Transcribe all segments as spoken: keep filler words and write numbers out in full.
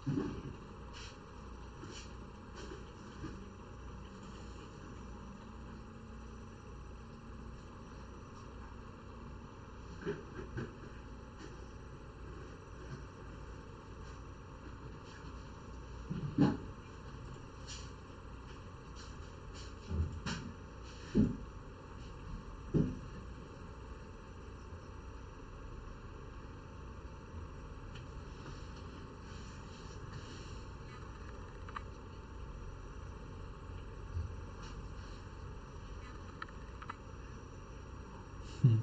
Hum.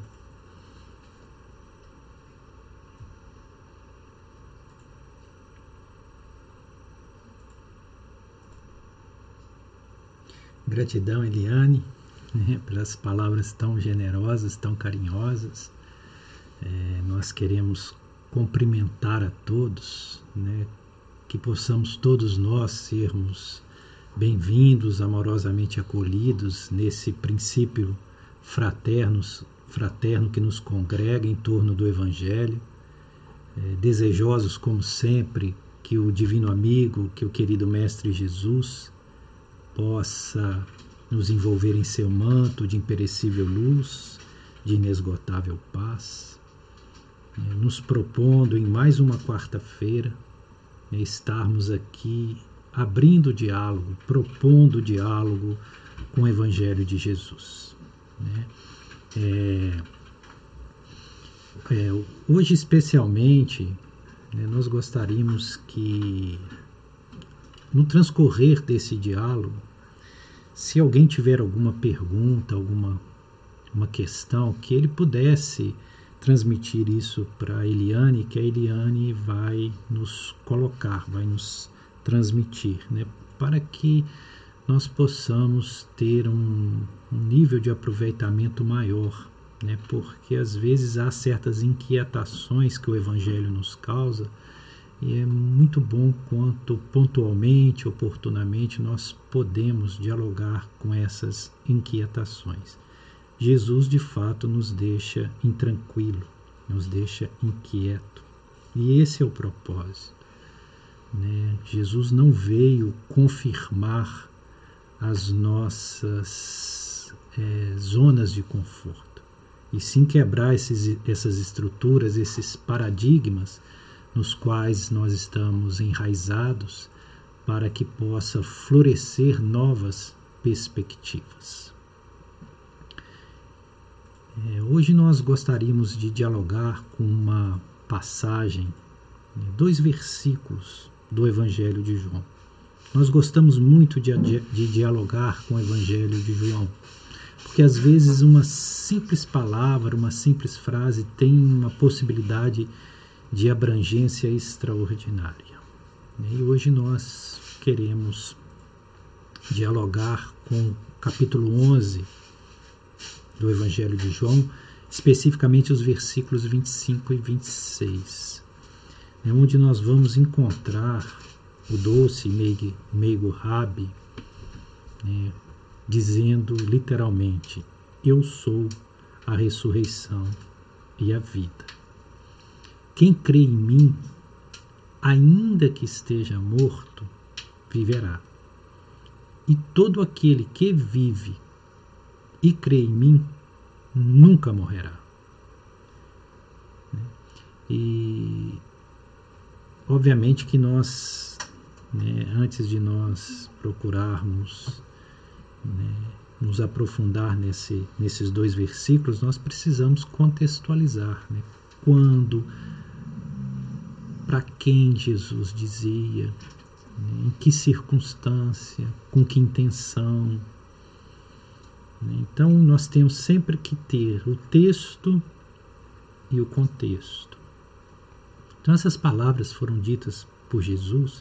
Gratidão, Eliane, né, pelas palavras tão generosas, tão carinhosas. É, nós queremos cumprimentar a todos, né, que possamos todos nós sermos bem-vindos, amorosamente acolhidos nesse princípio fraterno, fraterno que nos congrega em torno do Evangelho, é, desejosos, como sempre, que o Divino Amigo, que o querido Mestre Jesus possa nos envolver em seu manto de imperecível luz, de inesgotável paz, é, nos propondo em mais uma quarta-feira é, estarmos aqui abrindo o diálogo, propondo o diálogo com o Evangelho de Jesus. Né? É, é, hoje, especialmente, né, nós gostaríamos que, no transcorrer desse diálogo, se alguém tiver alguma pergunta, alguma uma questão, que ele pudesse transmitir isso para a Eliane, que a Eliane vai nos colocar, vai nos transmitir, né, para que nós possamos ter um, um nível de aproveitamento maior, né, porque às vezes há certas inquietações que o Evangelho nos causa, e é muito bom quanto pontualmente, oportunamente, nós podemos dialogar com essas inquietações. Jesus, de fato, nos deixa intranquilo, nos deixa inquieto. E esse é o propósito. Né? Jesus não veio confirmar as nossas é, zonas de conforto, e sim quebrar esses, essas estruturas, esses paradigmas nos quais nós estamos enraizados, para que possa florescer novas perspectivas. É, hoje nós gostaríamos de dialogar com uma passagem, né, dois versículos do Evangelho de João. Nós gostamos muito de, de, de dialogar com o Evangelho de João, porque às vezes uma simples palavra, uma simples frase tem uma possibilidade de abrangência extraordinária. E hoje nós queremos dialogar com o capítulo onze do Evangelho de João, especificamente os versículos vinte e cinco e vinte e seis, onde nós vamos encontrar o doce meigo, meigo Rabi, né, dizendo literalmente: eu sou a ressurreição e a vida. Quem crê em mim, ainda que esteja morto, viverá. E todo aquele que vive e crê em mim, nunca morrerá. E, obviamente que nós, né, antes de nós procurarmos, né, nos aprofundar nesse, nesses dois versículos, nós precisamos contextualizar, né, quando, para quem Jesus dizia, né, em que circunstância, com que intenção. Então nós temos sempre que ter o texto e o contexto. Então essas palavras foram ditas por Jesus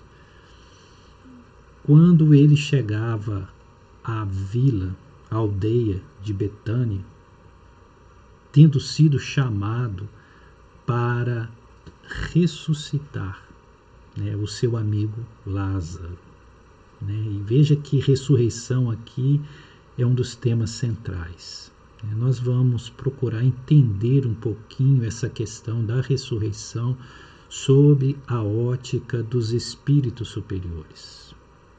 quando ele chegava à vila, à aldeia de Betânia, tendo sido chamado para ressuscitar, né, o seu amigo Lázaro. Né? E veja que ressurreição aqui é um dos temas centrais. Né? Nós vamos procurar entender um pouquinho essa questão da ressurreição sob a ótica dos espíritos superiores.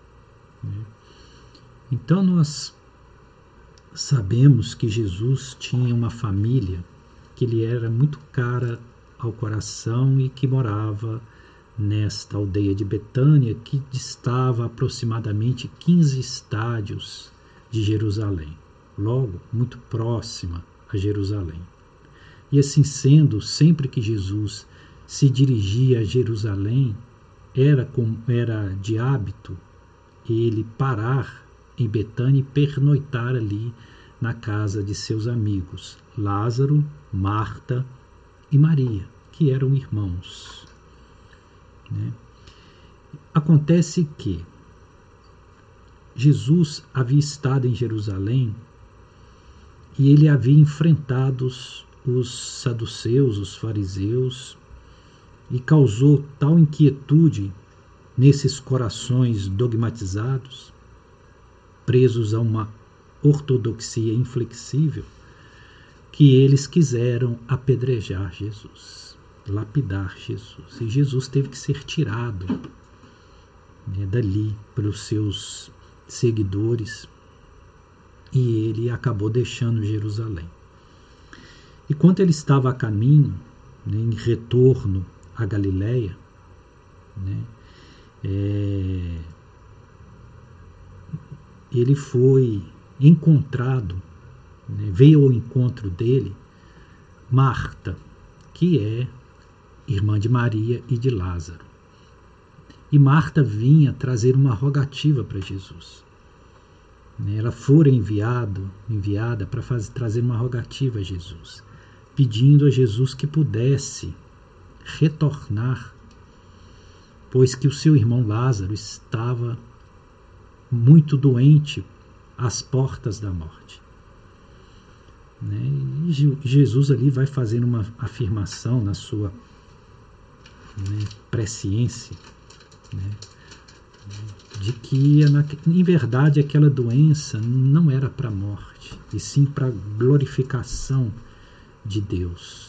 Então nós sabemos que Jesus tinha uma família que lhe era muito cara ao coração e que morava nesta aldeia de Betânia, que distava aproximadamente quinze estádios de Jerusalém, logo muito próxima a Jerusalém. E assim sendo, sempre que Jesus se dirigia a Jerusalém, era, com, era de hábito ele parar em Betânia e pernoitar ali na casa de seus amigos, Lázaro, Marta e Maria, que eram irmãos. Né? Acontece que Jesus havia estado em Jerusalém e ele havia enfrentado os saduceus, os fariseus, e causou tal inquietude nesses corações dogmatizados, presos a uma ortodoxia inflexível, que eles quiseram apedrejar Jesus, lapidar Jesus. E Jesus teve que ser tirado, né, dali pelos seus seguidores, e ele acabou deixando Jerusalém. E quando ele estava a caminho, né, em retorno a Galiléia, né, é, ele foi encontrado, né, veio ao encontro dele Marta, que é irmã de Maria e de Lázaro. E Marta vinha trazer uma rogativa para Jesus. Ela fora enviado, enviada para fazer, trazer uma rogativa a Jesus, pedindo a Jesus que pudesse retornar, pois que o seu irmão Lázaro estava muito doente, às portas da morte. E Jesus ali vai fazendo uma afirmação na sua, né, presciência, né, de que, em verdade, aquela doença não era para a morte, e sim para a glorificação de Deus.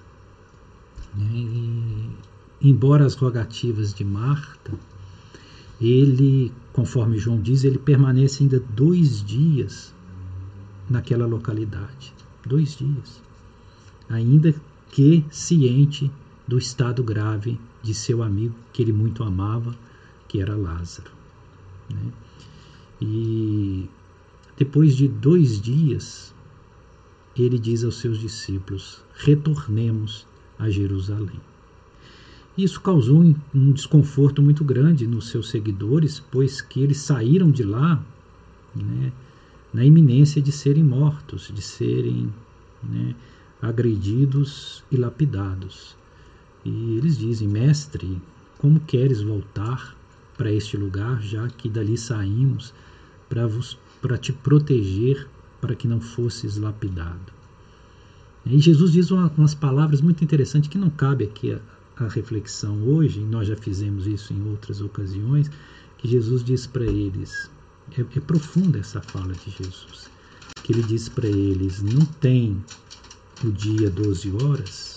E, embora as rogativas de Marta, ele, conforme João diz, ele permanece ainda dois dias naquela localidade. Dois dias. Ainda que ciente do estado grave de seu amigo, que ele muito amava, que era Lázaro. Né? E depois de dois dias, ele diz aos seus discípulos: retornemos a Jerusalém. Isso causou um desconforto muito grande nos seus seguidores, pois que eles saíram de lá, né, na iminência de serem mortos, de serem, né, agredidos e lapidados. E eles dizem: mestre, como queres voltar para este lugar, já que dali saímos para vos, para te proteger, para que não fosses lapidado? E Jesus diz uma, umas palavras muito interessantes que não cabe aqui a, a reflexão hoje, e nós já fizemos isso em outras ocasiões, que Jesus diz para eles, é, é profunda essa fala de Jesus, que ele diz para eles: não tem o dia doze horas?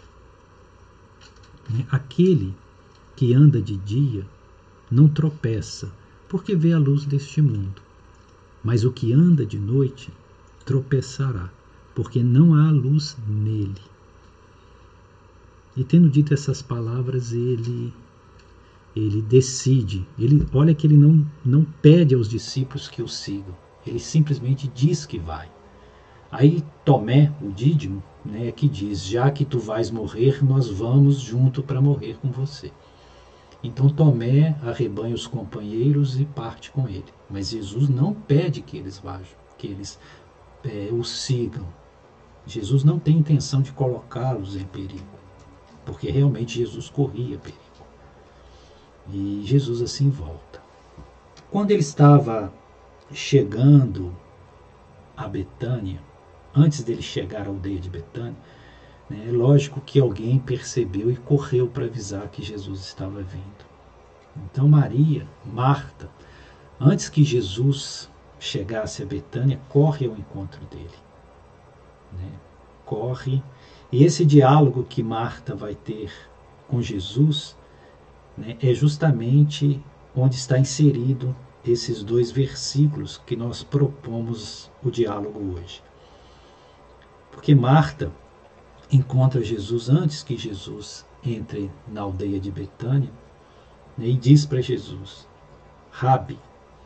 Aquele que anda de dia não tropeça, porque vê a luz deste mundo. Mas o que anda de noite tropeçará, porque não há luz nele. E tendo dito essas palavras, ele, ele decide, ele, olha que ele não, não pede aos discípulos que o sigam, ele simplesmente diz que vai. Aí Tomé, o Dídimo, né, que diz: já que tu vais morrer, nós vamos junto para morrer com você. Então Tomé arrebanha os companheiros e parte com ele. Mas Jesus não pede que eles vajam, que eles é, o sigam. Jesus não tem intenção de colocá-los em perigo, porque realmente Jesus corria perigo. E Jesus assim volta. Quando ele estava chegando a Betânia, antes dele chegar à aldeia de Betânia, né, é lógico que alguém percebeu e correu para avisar que Jesus estava vindo. Então Maria, Marta, antes que Jesus chegasse a Betânia, corre ao encontro dele. Né? Corre. E esse diálogo que Marta vai ter com Jesus, né, é justamente onde está inserido esses dois versículos que nós propomos o diálogo hoje. Porque Marta encontra Jesus antes que Jesus entre na aldeia de Betânia, né, e diz para Jesus: Rabi,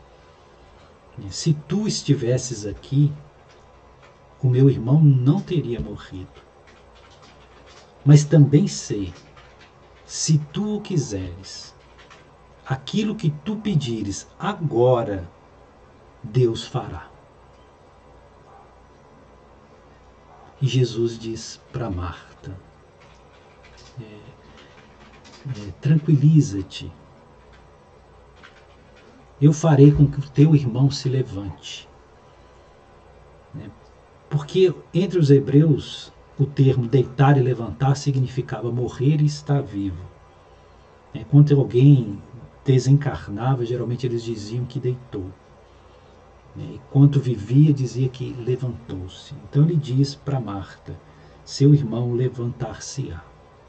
se tu estivesses aqui, o meu irmão não teria morrido. Mas também sei, se tu o quiseres, aquilo que tu pedires agora, Deus fará. E Jesus diz para Marta: é, é, tranquiliza-te, eu farei com que o teu irmão se levante. Né? Porque entre os hebreus o termo deitar e levantar significava morrer e estar vivo. É, quando alguém desencarnava, geralmente eles diziam que deitou. Enquanto vivia, dizia que levantou-se. Então ele diz para Marta: seu irmão levantar-se-á.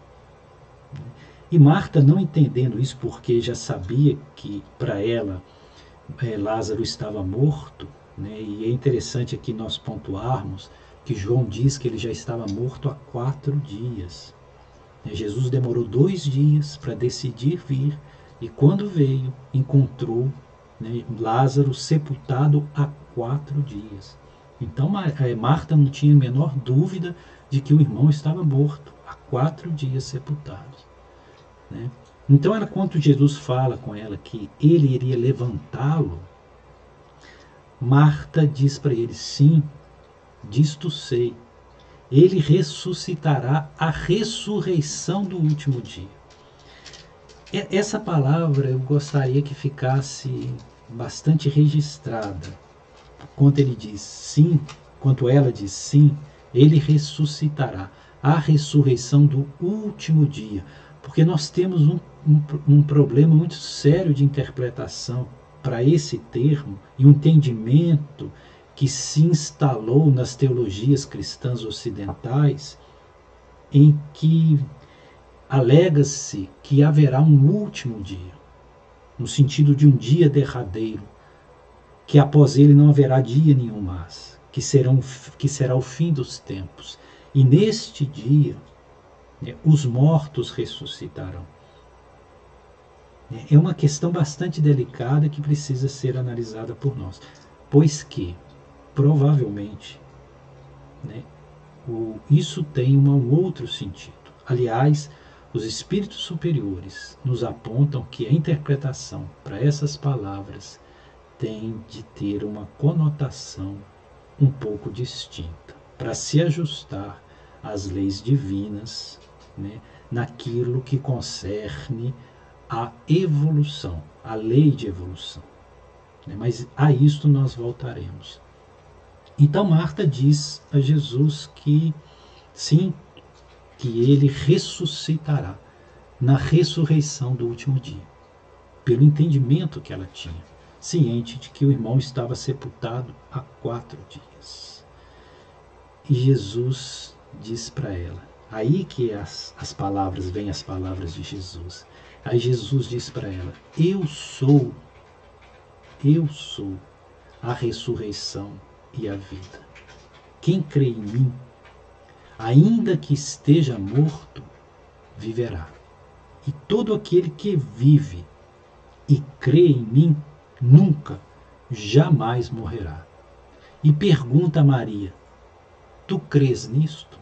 E Marta, não entendendo isso, porque já sabia que para ela é, Lázaro estava morto, né? E é interessante aqui nós pontuarmos que João diz que ele já estava morto há quatro dias. Jesus demorou dois dias para decidir vir, e quando veio, encontrou, né, Lázaro sepultado há quatro dias. Então Marta não tinha a menor dúvida de que o irmão estava morto, há quatro dias sepultado. Né? Então, ela, quando Jesus fala com ela que ele iria levantá-lo, Marta diz para ele: sim, disto sei, ele ressuscitará a ressurreição do último dia. Essa palavra eu gostaria que ficasse bastante registrada. Quando ele diz sim, quando ela diz sim, ele ressuscitará a ressurreição do último dia. Porque nós temos um, um, um problema muito sério de interpretação para esse termo e um entendimento que se instalou nas teologias cristãs ocidentais, em que alega-se que haverá um último dia, no sentido de um dia derradeiro, que após ele não haverá dia nenhum mais, que, serão, que será o fim dos tempos. E neste dia, né, os mortos ressuscitarão. É uma questão bastante delicada que precisa ser analisada por nós, pois que, provavelmente, né, o, isso tem um outro sentido. Aliás, os espíritos superiores nos apontam que a interpretação para essas palavras tem de ter uma conotação um pouco distinta, para se ajustar às leis divinas, né, naquilo que concerne a evolução, a lei de evolução. Né, mas a isto nós voltaremos. Então Marta diz a Jesus que sim, que ele ressuscitará na ressurreição do último dia, pelo entendimento que ela tinha, ciente de que o irmão estava sepultado há quatro dias. E Jesus diz para ela, aí que as, as palavras, vêm as palavras de Jesus, aí Jesus diz para ela: eu sou, eu sou a ressurreição e a vida. Quem crê em mim, ainda que esteja morto, viverá. E todo aquele que vive e crê em mim, nunca, jamais morrerá. E pergunta a Maria: tu crês nisto?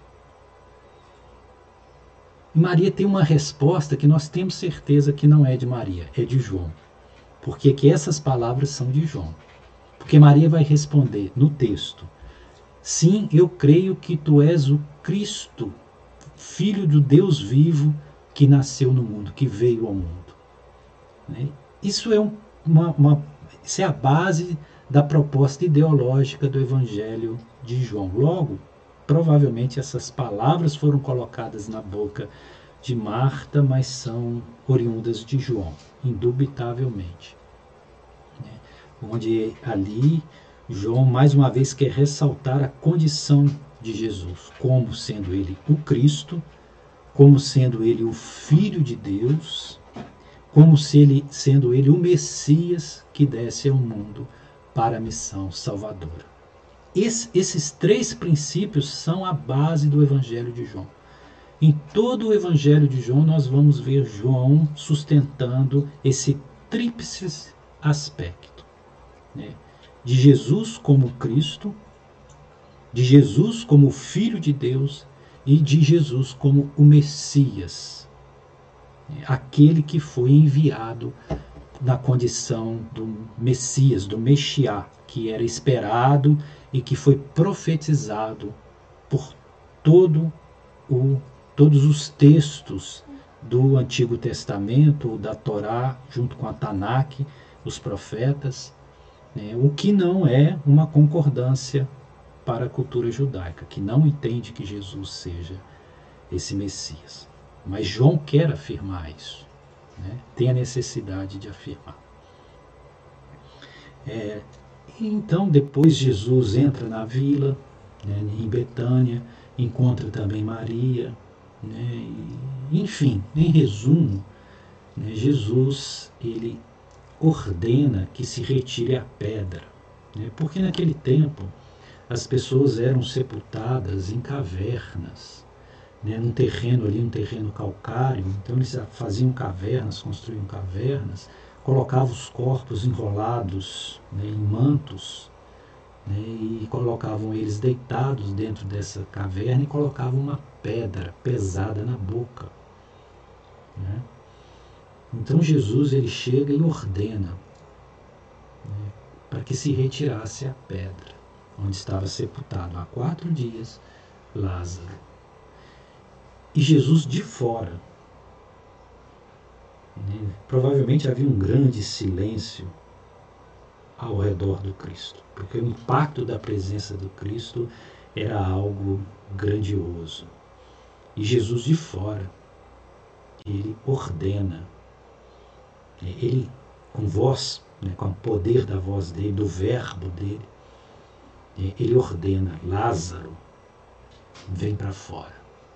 E Maria tem uma resposta que nós temos certeza que não é de Maria, é de João. Porque que essas palavras são de João. Porque Maria vai responder no texto: sim, eu creio que tu és o Cristo, Filho do Deus vivo, que nasceu no mundo, que veio ao mundo. Né? Isso, é um, uma, uma, isso é a base da proposta ideológica do Evangelho de João. Logo, provavelmente essas palavras foram colocadas na boca de Marta, mas são oriundas de João, indubitavelmente. Né? Onde ali João mais uma vez quer ressaltar a condição de Jesus, como sendo ele o Cristo, como sendo ele o Filho de Deus, como se ele, sendo ele o Messias que desce ao mundo para a missão salvadora. Esse, esses três princípios são a base do Evangelho de João. Em todo o Evangelho de João nós vamos ver João sustentando esse tríplice aspecto, né? De Jesus como Cristo, de Jesus como o Filho de Deus e de Jesus como o Messias, aquele que foi enviado na condição do Messias, do Mexiá, que era esperado e que foi profetizado por todo o, todos os textos do Antigo Testamento, da Torá, junto com a Tanakh, os profetas, né, o que não é uma concordância para a cultura judaica, que não entende que Jesus seja esse Messias. Mas João quer afirmar isso, né? Tem a necessidade de afirmar. É, então, depois Jesus entra na vila, né, em Betânia, encontra também Maria, né, e, enfim, em resumo, né, Jesus ele ordena que se retire a pedra, né, porque naquele tempo as pessoas eram sepultadas em cavernas, né, num terreno ali, um terreno calcário. Então eles faziam cavernas, construíam cavernas, colocavam os corpos enrolados, né, em mantos, né, e colocavam eles deitados dentro dessa caverna e colocavam uma pedra pesada na boca, né? Então Jesus ele chega e ordena, né, para que se retirasse a pedra onde estava sepultado há quatro dias Lázaro. E Jesus de fora, né, provavelmente havia um grande silêncio ao redor do Cristo, porque o impacto da presença do Cristo era algo grandioso. E Jesus de fora, ele ordena, ele com voz, né, com o poder da voz dele, do verbo dele, ele ordena: Lázaro, vem para fora.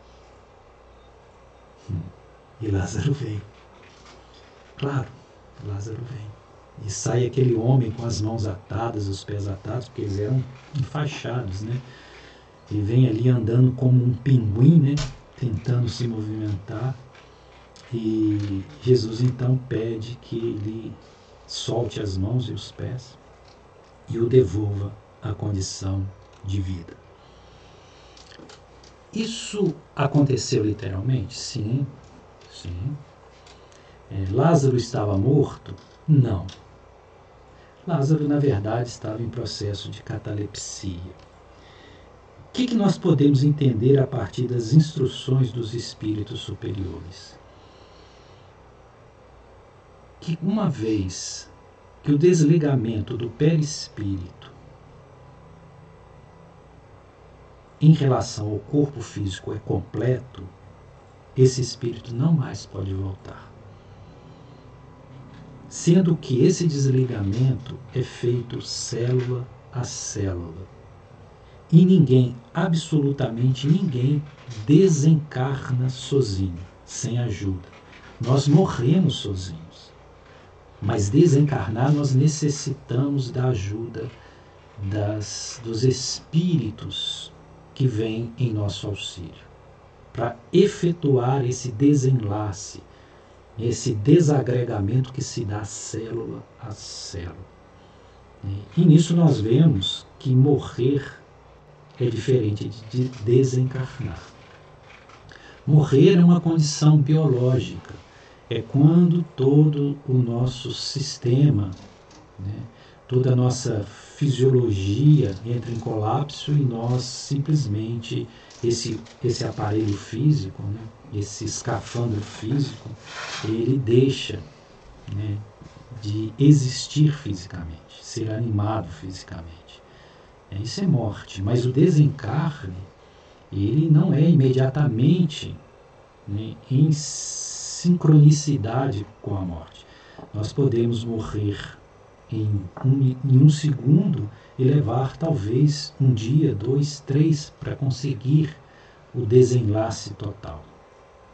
E Lázaro vem. Claro, Lázaro vem. E sai aquele homem com as mãos atadas, os pés atados, porque eles eram enfaixados, né? Ele vem ali andando como um pinguim, né? Tentando se movimentar. E Jesus então pede que ele solte as mãos e os pés e o devolva à condição de vida. Isso aconteceu literalmente? Sim, sim. É, Lázaro estava morto? Não. Lázaro, na verdade, estava em processo de catalepsia. O que, que nós podemos entender a partir das instruções dos espíritos superiores? Que uma vez que o desligamento do perispírito em relação ao corpo físico é completo, esse espírito não mais pode voltar. Sendo que esse desligamento é feito célula a célula. E ninguém, absolutamente ninguém, desencarna sozinho, sem ajuda. Nós morremos sozinhos. Mas desencarnar nós necessitamos da ajuda das, dos espíritos que vêm em nosso auxílio, para efetuar esse desenlace, esse desagregamento que se dá célula a célula. E nisso nós vemos que morrer é diferente de desencarnar. Morrer é uma condição biológica, é quando todo o nosso sistema, né, toda a nossa fisiologia entra em colapso e nós simplesmente, esse, esse aparelho físico, né, esse escafandro físico, ele deixa, né, de existir fisicamente, ser animado fisicamente. É, isso é morte, mas o desencarne, ele não é imediatamente, né, em sincronicidade com a morte. Nós podemos morrer em um, em um segundo e levar talvez um dia, dois, três para conseguir o desenlace total.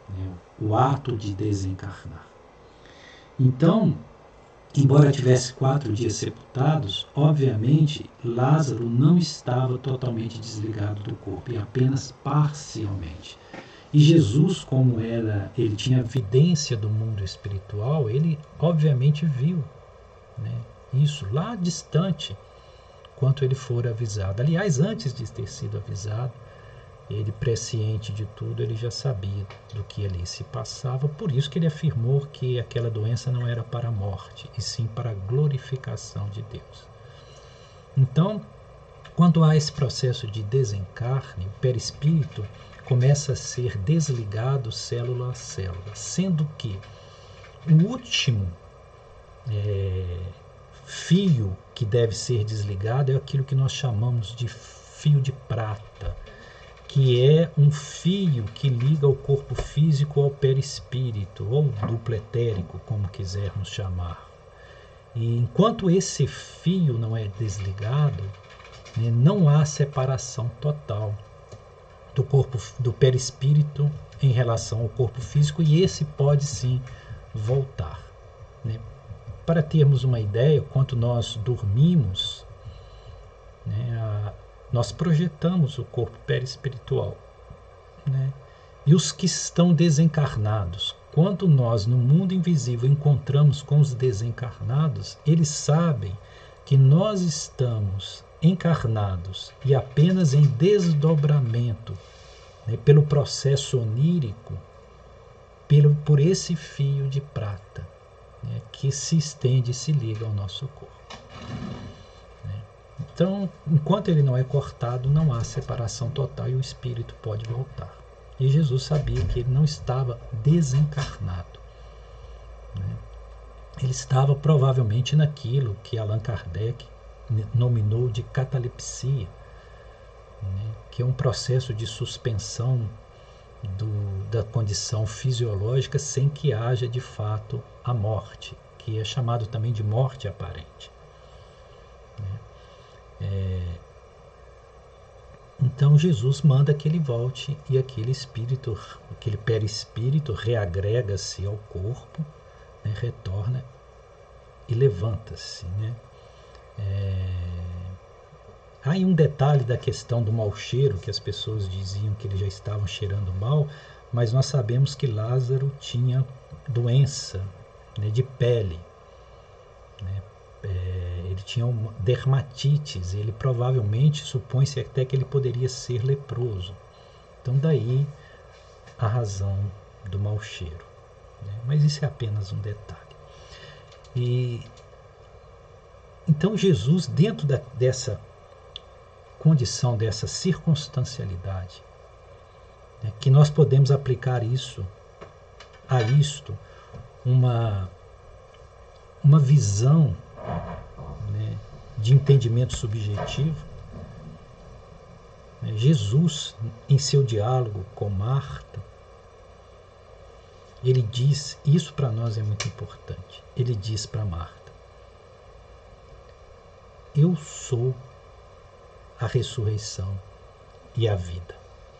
né? O ato de desencarnar. Então, embora tivesse quatro dias sepultados, obviamente Lázaro não estava totalmente desligado do corpo, e apenas parcialmente. E Jesus, como era, ele tinha evidência do mundo espiritual, ele obviamente viu, né, isso lá distante, quanto ele for avisado. Aliás, antes de ter sido avisado, ele, presciente de tudo, ele já sabia do que ali se passava, por isso que ele afirmou que aquela doença não era para a morte, e sim para a glorificação de Deus. Então, quando há esse processo de desencarne, o perispírito começa a ser desligado célula a célula, sendo que o último é, fio que deve ser desligado é aquilo que nós chamamos de fio de prata, que é um fio que liga o corpo físico ao perispírito, ou duplo etérico, como quisermos chamar. E enquanto esse fio não é desligado, né, não há separação total do corpo, do perispírito em relação ao corpo físico, e esse pode sim voltar, né? Para termos uma ideia, quando nós dormimos, né, a, nós projetamos o corpo perispiritual, né? E os que estão desencarnados, quando nós no mundo invisível encontramos com os desencarnados, eles sabem que nós estamos encarnados e apenas em desdobramento, né, pelo processo onírico, pelo, por esse fio de prata, né, que se estende e se liga ao nosso corpo. Né? Então, enquanto ele não é cortado, não há separação total e o espírito pode voltar. E Jesus sabia que ele não estava desencarnado, né? Ele estava provavelmente naquilo que Allan Kardec nominou de catalepsia, né, que é um processo de suspensão do, da condição fisiológica sem que haja de fato a morte, que é chamado também de morte aparente. Né. É, então Jesus manda que ele volte e aquele espírito, aquele perispírito reagrega-se ao corpo, né, retorna e levanta-se, né. É... Há aí um detalhe da questão do mau cheiro, que as pessoas diziam que eles já estavam cheirando mal, mas nós sabemos que Lázaro tinha doença, né, de pele, né? É, ele tinha uma dermatites, ele provavelmente, supõe-se até que ele poderia ser leproso. Então daí a razão do mau cheiro, né? Mas isso é apenas um detalhe. E então Jesus, dentro da, dessa condição, dessa circunstancialidade, né, que nós podemos aplicar isso a isto, uma, uma visão, né, de entendimento subjetivo, né, Jesus, em seu diálogo com Marta, ele diz, isso para nós é muito importante, ele diz para Marta: eu sou a ressurreição e a vida.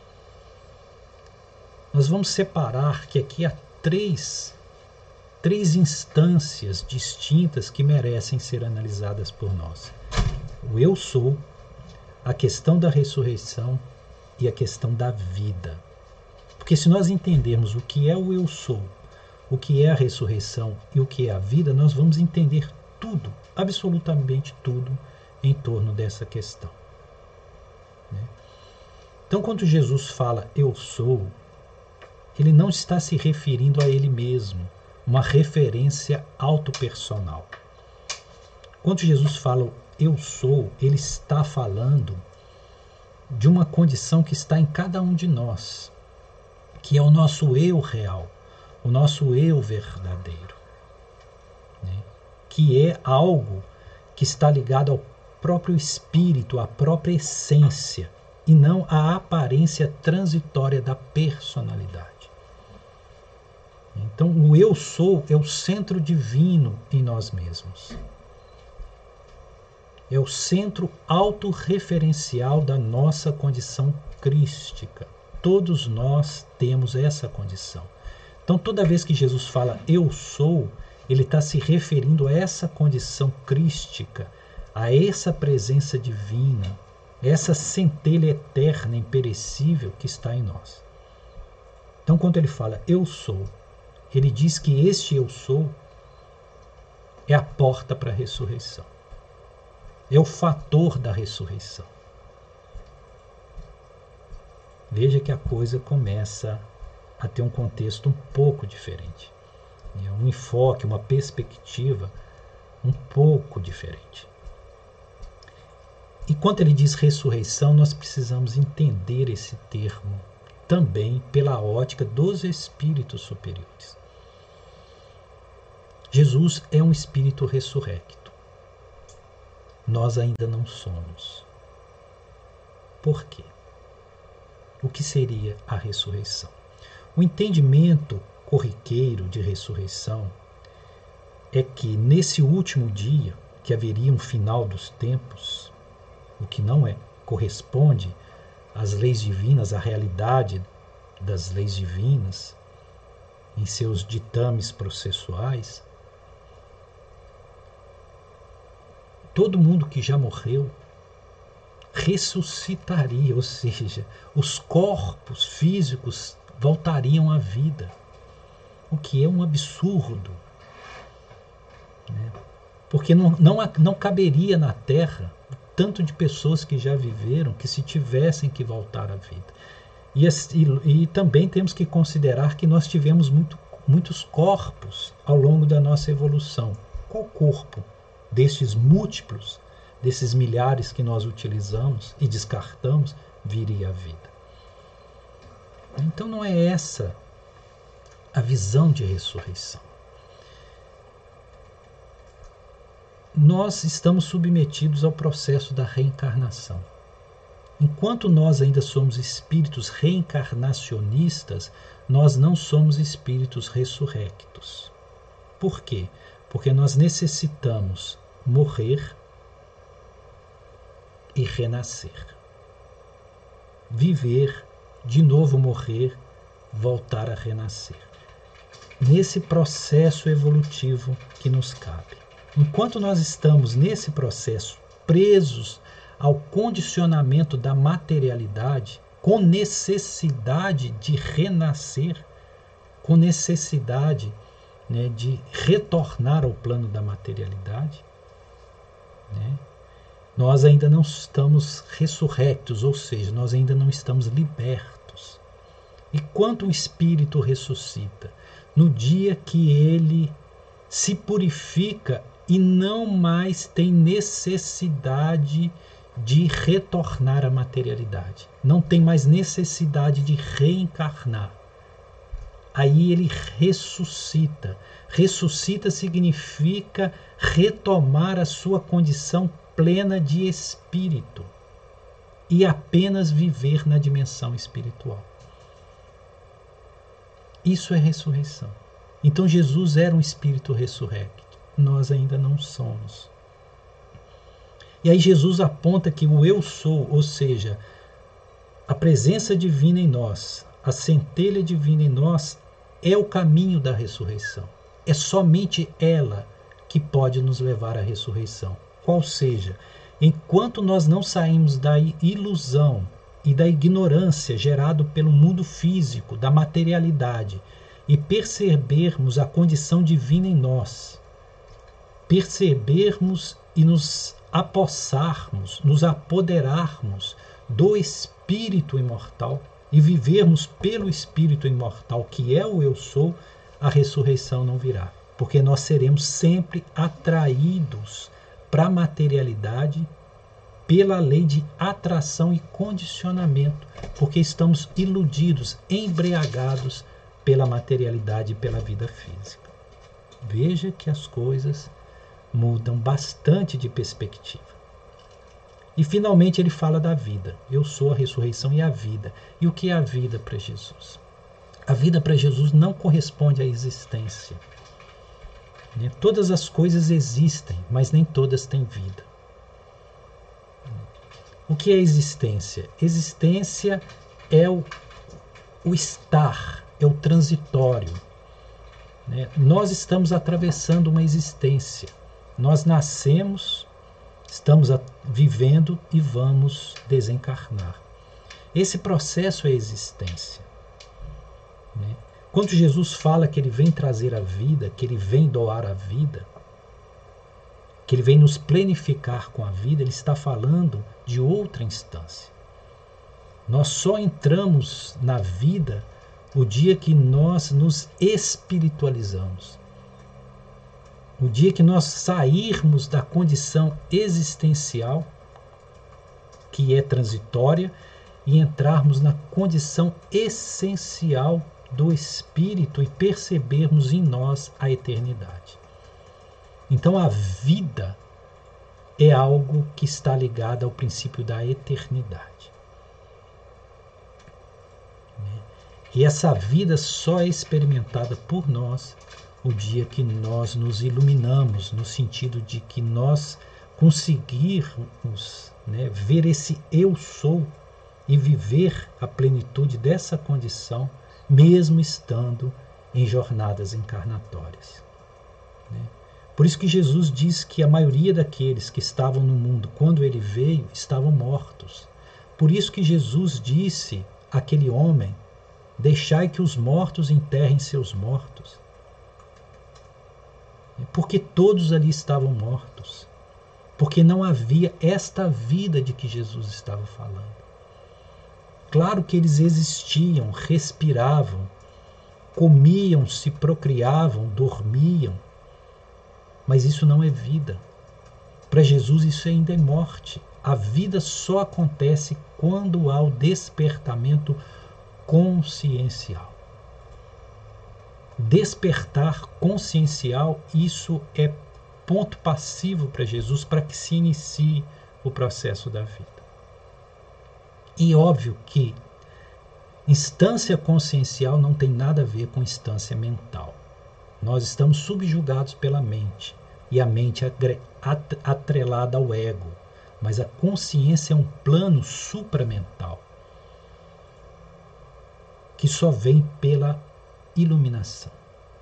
Nós vamos separar que aqui há três, três instâncias distintas que merecem ser analisadas por nós. O eu sou, a questão da ressurreição e a questão da vida. Porque se nós entendermos o que é o eu sou, o que é a ressurreição e o que é a vida, nós vamos entender tudo, absolutamente tudo, em torno dessa questão. Né? Então, quando Jesus fala eu sou, ele não está se referindo a ele mesmo, uma referência autopersonal. Quando Jesus fala eu sou, ele está falando de uma condição que está em cada um de nós, que é o nosso eu real, o nosso eu verdadeiro, né? Que é algo que está ligado ao próprio espírito, à própria essência, e não à aparência transitória da personalidade. Então, o eu sou é o centro divino em nós mesmos. É o centro autorreferencial da nossa condição crística. Todos nós temos essa condição. Então, toda vez que Jesus fala eu sou, ele está se referindo a essa condição crística, a essa presença divina, essa centelha eterna, imperecível que está em nós. Então, quando ele fala eu sou, ele diz que este eu sou é a porta para a ressurreição. É o fator da ressurreição. Veja que a coisa começa a ter um contexto um pouco diferente. Um enfoque, uma perspectiva um pouco diferente. E quando ele diz ressurreição, nós precisamos entender esse termo também pela ótica dos espíritos superiores. Jesus é um espírito ressurrecto. Nós ainda não somos. Por quê? O que seria a ressurreição? O entendimento corriqueiro de ressurreição é que nesse último dia, que haveria um final dos tempos, o que não é, corresponde às leis divinas, à realidade das leis divinas, em seus ditames processuais, todo mundo que já morreu ressuscitaria, ou seja, os corpos físicos voltariam à vida, o que é um absurdo, né? Porque não, não, não caberia na Terra o tanto de pessoas que já viveram que se tivessem que voltar à vida. E, e, e também temos que considerar que nós tivemos muito, muitos corpos ao longo da nossa evolução. Qual corpo destes múltiplos, desses milhares que nós utilizamos e descartamos, viria à vida? Então não é essa a visão de ressurreição. Nós estamos submetidos ao processo da reencarnação. Enquanto nós ainda somos espíritos reencarnacionistas, nós não somos espíritos ressurrectos. Por quê? Porque nós necessitamos morrer e renascer. Viver, de novo morrer, voltar a renascer. Nesse processo evolutivo que nos cabe. Enquanto nós estamos nesse processo presos ao condicionamento da materialidade, com necessidade de renascer, com necessidade, né, de retornar ao plano da materialidade, né, nós ainda não estamos ressurrectos, ou seja, nós ainda não estamos libertos. E quando o espírito ressuscita? No dia que ele se purifica e não mais tem necessidade de retornar à materialidade. Não tem mais necessidade de reencarnar. Aí ele ressuscita. Ressuscita significa retomar a sua condição plena de espírito e apenas viver na dimensão espiritual. Isso é ressurreição. Então Jesus era um espírito ressurrecto. Nós ainda não somos. E aí Jesus aponta que o eu sou, ou seja, a presença divina em nós, a centelha divina em nós, é o caminho da ressurreição. É somente ela que pode nos levar à ressurreição. Qual seja, enquanto nós não saímos da ilusão e da ignorância gerado pelo mundo físico, da materialidade, e percebermos a condição divina em nós, percebermos e nos apossarmos, nos apoderarmos do Espírito imortal e vivermos pelo Espírito imortal, que é o eu sou, a ressurreição não virá. Porque nós seremos sempre atraídos para a materialidade pela lei de atração e condicionamento, porque estamos iludidos, embriagados pela materialidade e pela vida física. Veja que as coisas mudam bastante de perspectiva. E finalmente ele fala da vida. Eu sou a ressurreição e a vida. E o que é a vida para Jesus? A vida para Jesus não corresponde à existência. Todas as coisas existem, mas nem todas têm vida. O que é existência? Existência é o, o estar, é o transitório. né? Nós estamos atravessando uma existência. Nós nascemos, estamos a, vivendo e vamos desencarnar. Esse processo é a existência, né? Quando Jesus fala que ele vem trazer a vida, que ele vem doar a vida, que ele vem nos plenificar com a vida, ele está falando de outra instância. Nós só entramos na vida o dia que nós nos espiritualizamos. O dia que nós sairmos da condição existencial, que é transitória, e entrarmos na condição essencial do espírito e percebermos em nós a eternidade. Então a vida é algo que está ligado ao princípio da eternidade. E essa vida só é experimentada por nós o dia que nós nos iluminamos, no sentido de que nós conseguirmos, né, ver esse eu sou e viver a plenitude dessa condição, mesmo estando em jornadas encarnatórias, né? Por isso que Jesus diz que a maioria daqueles que estavam no mundo quando ele veio estavam mortos. Por isso que Jesus disse àquele homem: deixai que os mortos enterrem seus mortos. Porque todos ali estavam mortos. Porque não havia esta vida de que Jesus estava falando. Claro que eles existiam, respiravam, comiam, se procriavam, dormiam. Mas isso não é vida. Para Jesus isso ainda é morte. A vida só acontece quando há o despertamento consciencial. Despertar consciencial, isso é ponto passivo para Jesus, para que se inicie o processo da vida. E óbvio que instância consciencial não tem nada a ver com instância mental. Nós estamos subjugados pela mente, e a mente é atrelada ao ego, mas a consciência é um plano supramental, que só vem pela iluminação,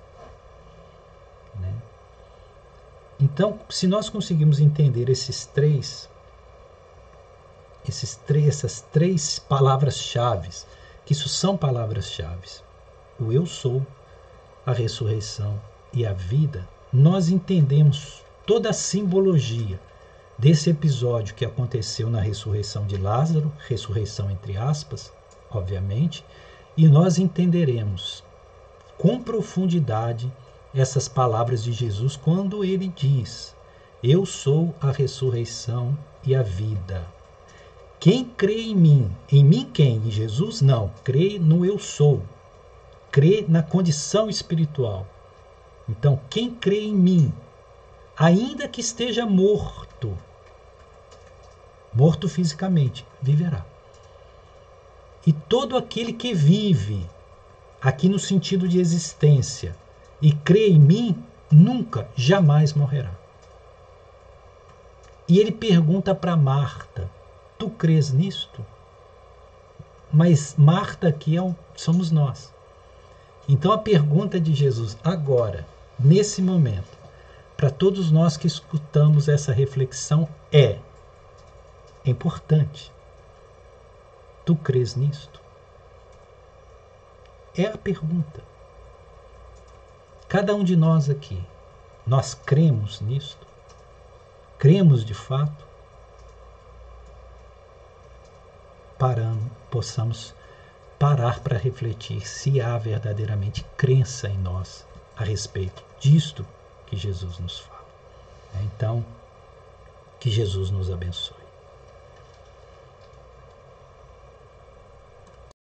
né? Então, se nós conseguimos entender esses três, esses três, essas três palavras-chave, que isso são palavras-chave, o eu sou, a ressurreição e a vida, nós entendemos toda a simbologia desse episódio que aconteceu na ressurreição de Lázaro, ressurreição entre aspas, obviamente, e nós entenderemos com profundidade essas palavras de Jesus quando ele diz: eu sou a ressurreição e a vida. Quem crê em mim, em mim quem? Em Jesus? Não, crê no eu sou, crê na condição espiritual. Então, quem crê em mim, ainda que esteja morto, morto fisicamente, viverá. E todo aquele que vive, aqui no sentido de existência, e crê em mim, nunca, jamais morrerá. E ele pergunta para Marta: tu crês nisto? Mas Marta aqui é um, somos nós. Então a pergunta de Jesus agora, nesse momento, para todos nós que escutamos essa reflexão é, é importante: tu crês nisto? É a pergunta. Cada um de nós aqui, nós cremos nisto? Cremos de fato? Paramos, possamos parar para refletir se há verdadeiramente crença em nós a respeito disto que Jesus nos fala. Então, que Jesus nos abençoe.